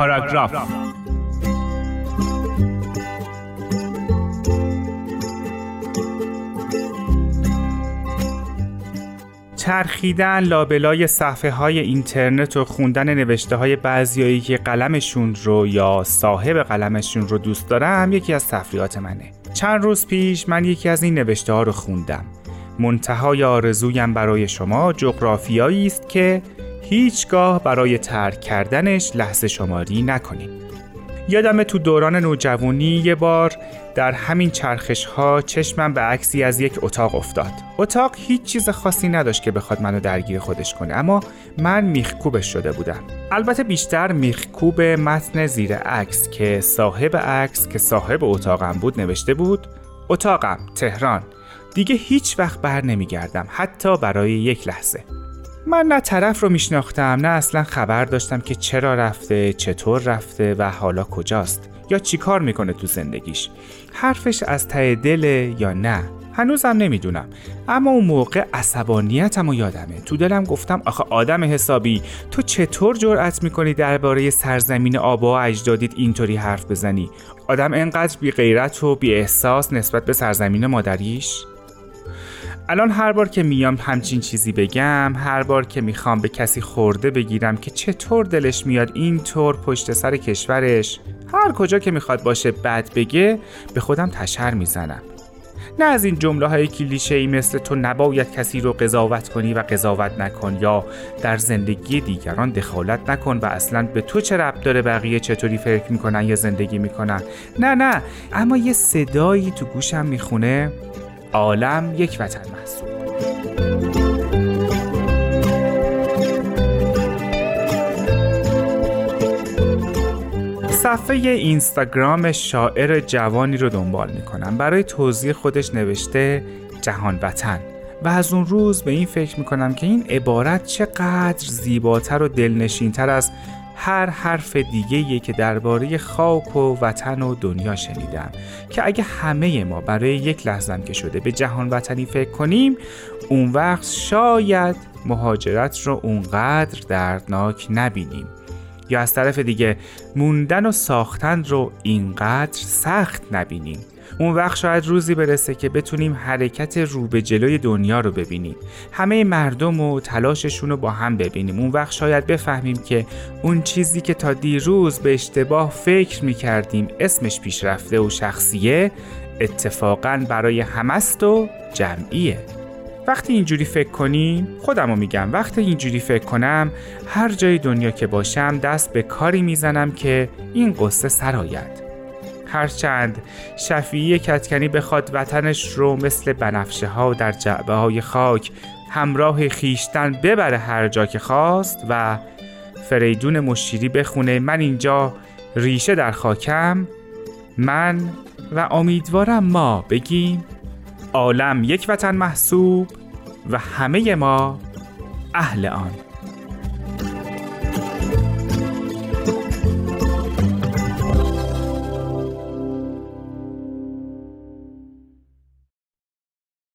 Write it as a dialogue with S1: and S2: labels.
S1: پاراگراف. چرخیدن لابلای صفحه های اینترنت و خوندن نوشته های بعضیایی که قلمشون رو یا صاحب قلمشون رو دوست دارم یکی از تفریحات منه. چند روز پیش من یکی از این نوشته ها رو خوندم. منتهای آرزویم برای شما جغرافیایی است که هیچگاه برای ترک کردنش لحظه شماری نکنید. یادمه تو دوران نوجوانی یه بار در همین چرخش ها چشمم به عکسی از یک اتاق افتاد. اتاق هیچ چیز خاصی نداشت که بخواد منو درگیر خودش کنه، اما من میخکوبش شده بودم. البته بیشتر میخکوب متن زیر عکس که صاحب اتاقم بود نوشته بود: اتاقم، تهران. دیگه هیچ وقت بر نمیگردم، حتی برای یک لحظه. من نه طرف رو میشناختم نه اصلا خبر داشتم که چرا رفته، چطور رفته و حالا کجاست یا چی کار میکنه تو زندگیش. حرفش از ته دله یا نه هنوزم نمیدونم، اما اون موقع عصبانیتم رو یادمه. تو دلم گفتم آخه آدم حسابی، تو چطور جرأت میکنی درباره سرزمین آبا و اجدادیت اینطوری حرف بزنی؟ آدم اینقدر بی غیرت و بی احساس نسبت به سرزمین مادریش؟ الان هر بار که میام همچین چیزی بگم، هر بار که میخوام به کسی خورده بگیرم که چطور دلش میاد اینطور پشت سر کشورش هر کجا که میخواد باشه بد بگه، به خودم تشر میزنم. نه از این جمله های کلیشه‌ای مثل تو نباید کسی رو قضاوت کنی و قضاوت نکن، یا در زندگی دیگران دخالت نکن و اصلا به تو چه ربط داره بقیه چطوری فکر میکنن یا زندگی میکنن. نه، اما یه صدایی تو گوشم میخونه: عالم یک وطن محسوب. صفحه اینستاگرام شاعر جوانی رو دنبال میکنم. برای توضیح خودش نوشته جهان وطن و از اون روز به این فکر میکنم که این عبارت چقدر زیباتر و دلنشینتر از هر حرف دیگه‌ای که درباره خاک و وطن و دنیا شنیدم، که اگه همه ما برای یک لحظه که شده به جهان وطنی فکر کنیم، اون وقت شاید مهاجرت رو اونقدر دردناک نبینیم، یا از طرف دیگه موندن و ساختن رو اینقدر سخت نبینیم. اون وقت شاید روزی برسه که بتونیم حرکت رو به جلوی دنیا رو ببینیم، همه مردم و تلاششون رو با هم ببینیم. اون وقت شاید بفهمیم که اون چیزی که تا دیروز به اشتباه فکر میکردیم اسمش پیشرفته و شخصیه، اتفاقاً برای همست و جمعیه. وقتی اینجوری فکر کنیم، خودمو میگم وقتی اینجوری فکر کنم، هر جای دنیا که باشم دست به کاری میزنم که این قصه سرآید. هرچند شفیعی کدکنی بخواد وطنش رو مثل بنفشه ها در جعبه های خاک همراه خیشتن ببره هر جا که خواست و فریدون مشیری بخونه من اینجا ریشه در خاکم، من و امیدوارم ما بگیم عالم یک وطن محسوب و همه ما اهل آن.